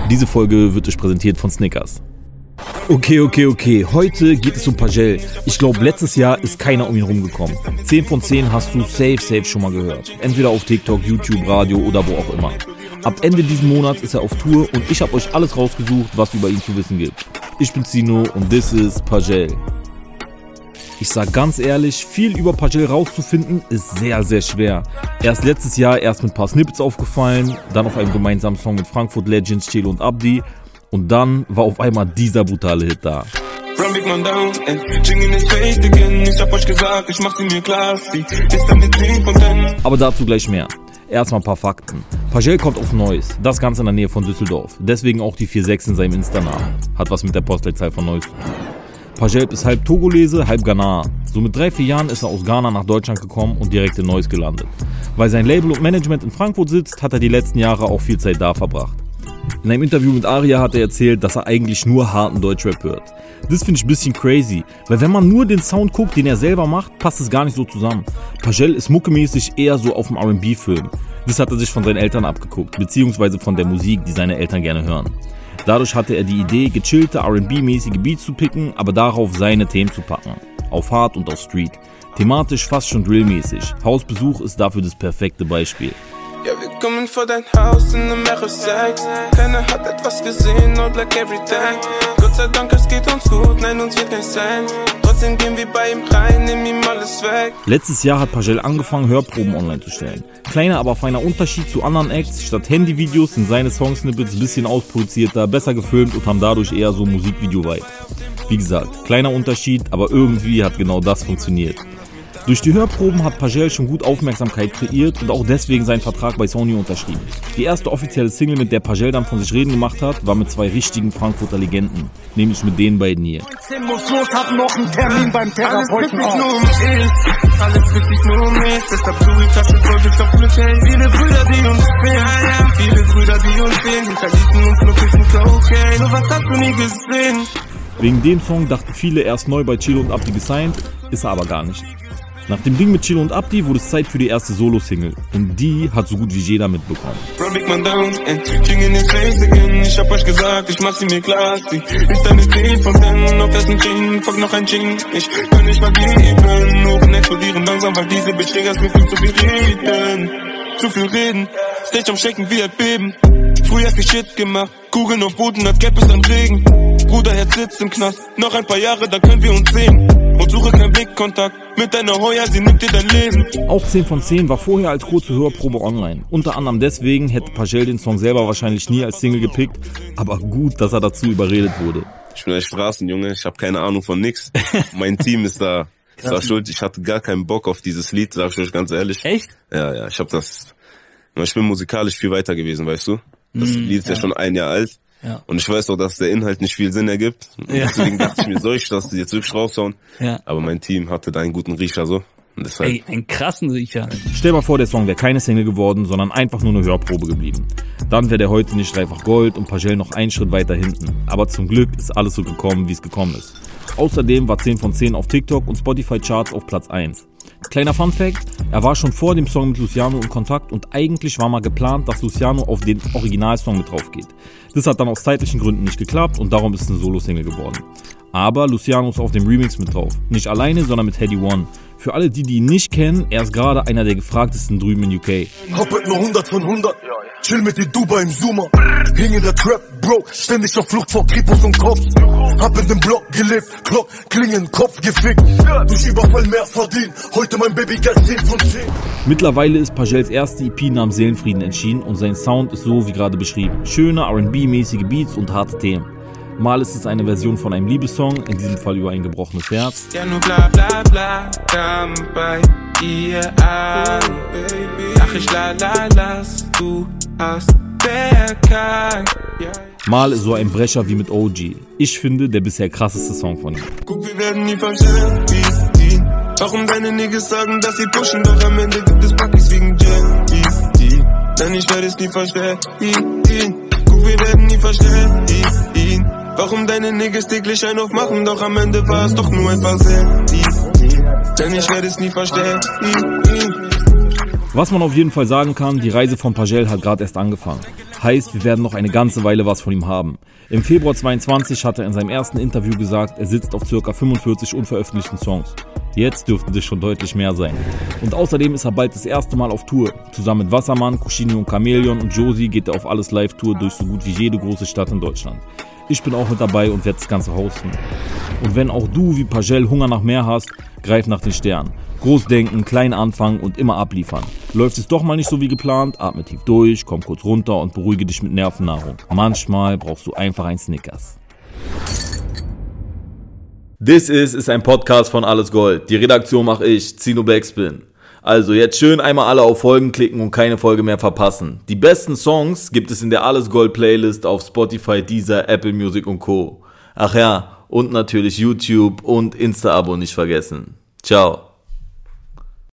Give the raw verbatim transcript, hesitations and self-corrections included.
Diese Folge wird euch präsentiert von Snickers. Okay, okay, okay. Heute geht es um Pagel. Ich glaube, letztes Jahr ist keiner um ihn rumgekommen. zehn von zehn hast du safe, safe schon mal gehört. Entweder auf TikTok, YouTube, Radio oder wo auch immer. Ab Ende diesen Monats ist er auf Tour und ich habe euch alles rausgesucht, was über ihn zu wissen gibt. Ich bin Zino und this is Pagel. Ich sag ganz ehrlich, viel über Pagel rauszufinden ist sehr, sehr schwer. Er ist letztes Jahr erst mit ein paar Snippets aufgefallen, dann auf einem gemeinsamen Song mit Frankfurt Legends, Chelo und Abdi. Und dann war auf einmal dieser brutale Hit da. Aber dazu gleich mehr. Erstmal ein paar Fakten. Pagel kommt aus Neuss, das Ganze in der Nähe von Düsseldorf. Deswegen auch die vier sechs in seinem Insta-Namen. Hat was mit der Postleitzahl von Neuss zu tun. Pagel ist halb Togolese, halb Ghanaer. So mit drei, vier Jahren ist er aus Ghana nach Deutschland gekommen und direkt in Neuss gelandet. Weil sein Label und Management in Frankfurt sitzt, hat er die letzten Jahre auch viel Zeit da verbracht. In einem Interview mit Aria hat er erzählt, dass er eigentlich nur harten Deutschrap hört. Das finde ich ein bisschen crazy, weil wenn man nur den Sound guckt, den er selber macht, passt es gar nicht so zusammen. Pagel ist muckemäßig eher so auf dem R and B-Film. Das hat er sich von seinen Eltern abgeguckt, beziehungsweise von der Musik, die seine Eltern gerne hören. Dadurch hatte er die Idee, gechillte R and B-mäßige Beats zu picken, aber darauf seine Themen zu packen. Auf Hard und auf Street. Thematisch fast schon Drill-mäßig. Hausbesuch ist dafür das perfekte Beispiel. Ja, wir kommen vor dein Haus in einem Meere Sex. Keiner hat etwas gesehen, not like every day. Gott sei Dank, es geht uns gut, nein, uns wird kein Cent. Trotzdem gehen wir bei ihm rein, nehmen ihm alles weg. Letztes Jahr hat Pagel angefangen, Hörproben online zu stellen. Kleiner, aber feiner Unterschied zu anderen Acts. Statt Handyvideos sind seine Songsnippets ein bisschen ausproduzierter, besser gefilmt und haben dadurch eher so Musikvideo-Vibe. Wie gesagt, kleiner Unterschied, aber irgendwie hat genau das funktioniert. Durch die Hörproben hat Pagel schon gut Aufmerksamkeit kreiert und auch deswegen seinen Vertrag bei Sony unterschrieben. Die erste offizielle Single, mit der Pagel dann von sich reden gemacht hat, war mit zwei richtigen Frankfurter Legenden, nämlich mit den beiden hier. Hab noch einen Termin beim Therapeuten. Alles dreht sich nur um mich, deshalb du die Tasche voll gestopft mit Geld. Viele Brüder, die uns fehlen, viele Brüder, die uns fehlen, die verließen uns nur küssen Cocaine. So was hast du nie gesehen. Wegen dem Song dachten viele, er ist neu bei Chelo und Abdi gesigned, ist er aber gar nicht. Nach dem Ding mit Chelo und Abdi wurde es Zeit für die erste Solo-Single. Und die hat so gut wie jeder mitbekommen. Ich hab euch gesagt, ich mach sie mir klar. Sie ist eine zehn von zehn, auf ersten Gin, fuck noch ein Gin. Ich kann nicht vergeben, Ohren explodieren langsam, weil diese Beschläge ist mir viel zu viel reden. Zu viel reden, Stage am Shaken wie Erdbeben. Früher viel Shit gemacht, Kugeln auf Boden, als gäbe es am Regen. Bruderherz sitzt im Knast, noch ein paar Jahre, da können wir uns sehen. Und suche keinen Blickkontakt mit deiner Heuer, sie nimmt dir dein Leben. Auch zehn von zehn war vorher als kurze Hörprobe online. Unter anderem deswegen hätte Pagel den Song selber wahrscheinlich nie als Single gepickt, aber gut, dass er dazu überredet wurde. Ich bin ein Straßenjunge, ich habe keine Ahnung von nix. Mein Team ist da, ist da schuld. Ich hatte gar keinen Bock auf dieses Lied, sag ich euch ganz ehrlich. Echt? Ja, ja, ich habe das. Ich bin musikalisch viel weiter gewesen, weißt du? Das mm, Lied ist ja. ja schon ein Jahr alt. Ja. Und ich weiß auch, dass der Inhalt nicht viel Sinn ergibt. Ja. Deswegen dachte ich mir, soll ich das jetzt wirklich raushauen? Ja. Aber mein Team hatte da einen guten Riecher so. Und deshalb Ey, einen krassen Riecher. Stell mal vor, der Song wäre keine Single geworden, sondern einfach nur eine Hörprobe geblieben. Dann wäre der heute nicht dreifach Gold und Pagel noch einen Schritt weiter hinten. Aber zum Glück ist alles so gekommen, wie es gekommen ist. Außerdem war zehn von zehn auf TikTok und Spotify Charts auf Platz eins. Kleiner Funfact, er war schon vor dem Song mit Luciano in Kontakt und eigentlich war mal geplant, dass Luciano auf den Originalsong mit drauf geht. Das hat dann aus zeitlichen Gründen nicht geklappt und darum ist es eine Solo-Single geworden. Aber Luciano ist auf dem Remix mit drauf. Nicht alleine, sondern mit Heady One. Für alle die, die ihn nicht kennen, er ist gerade einer der gefragtesten drüben in U K. Hab halt nur hundert von hundert, chill mit den Dubai im Zoomer. Hing in der Trap, Bro, ständig auf Flucht vor Kripos und Cops. Hab in dem Block gelebt, Glock, Klingen, Kopf gefickt. Durch Überfall mehr verdient, heute mein Baby Geld zehn von zehn. Mittlerweile ist Pagels erste E P namens Seelenfrieden erschienen und sein Sound ist so wie gerade beschrieben. Schöne R and B-mäßige Beats und harte Themen. Mal ist es eine Version von einem Liebessong, in diesem Fall über ein gebrochenes Herz. Ja, nur bla bla bla, kam bei ihr an. Ach, ich la la las, du hast verkackt. Mal ist so ein Brecher wie mit O G. Ich finde, der bisher krasseste Song von ihm. Guck, wir werden nie verstehen, wie ihn. Warum deine Niggas sagen, dass sie pushen, doch am Ende gibt es Packis wegen Jelly. Denn ich werde es nie verstehen, ihn. Guck, wir werden nie verstehen, ihn. Warum deine Niggas täglich ein aufmachen, doch am Ende war es doch nur ein Versehen. Denn ich werde es nie verstehen. Was man auf jeden Fall sagen kann, die Reise von Pagel hat gerade erst angefangen. Heißt, wir werden noch eine ganze Weile was von ihm haben. Im Februar zweiundzwanzig hat er in seinem ersten Interview gesagt, er sitzt auf ca. fünfundvierzig unveröffentlichten Songs. Jetzt dürften es schon deutlich mehr sein. Und außerdem ist er bald das erste Mal auf Tour. Zusammen mit Wassermann, Kuschini und Chameleon und Josie geht er auf Alles Live-Tour durch so gut wie jede große Stadt in Deutschland. Ich bin auch mit dabei und werde das Ganze hosten. Und wenn auch du wie Pagel Hunger nach mehr hast, greif nach den Sternen. Groß denken, klein anfangen und immer abliefern. Läuft es doch mal nicht so wie geplant, atme tief durch, komm kurz runter und beruhige dich mit Nervennahrung. Manchmal brauchst du einfach ein Snickers. This Is ist ein Podcast von Alles Gold. Die Redaktion mache ich, Zino Backspin. Also jetzt schön einmal alle auf Folgen klicken und keine Folge mehr verpassen. Die besten Songs gibt es in der Alles Gold Playlist auf Spotify, Deezer, Apple Music und Co. Ach ja, und natürlich YouTube und Insta-Abo nicht vergessen. Ciao.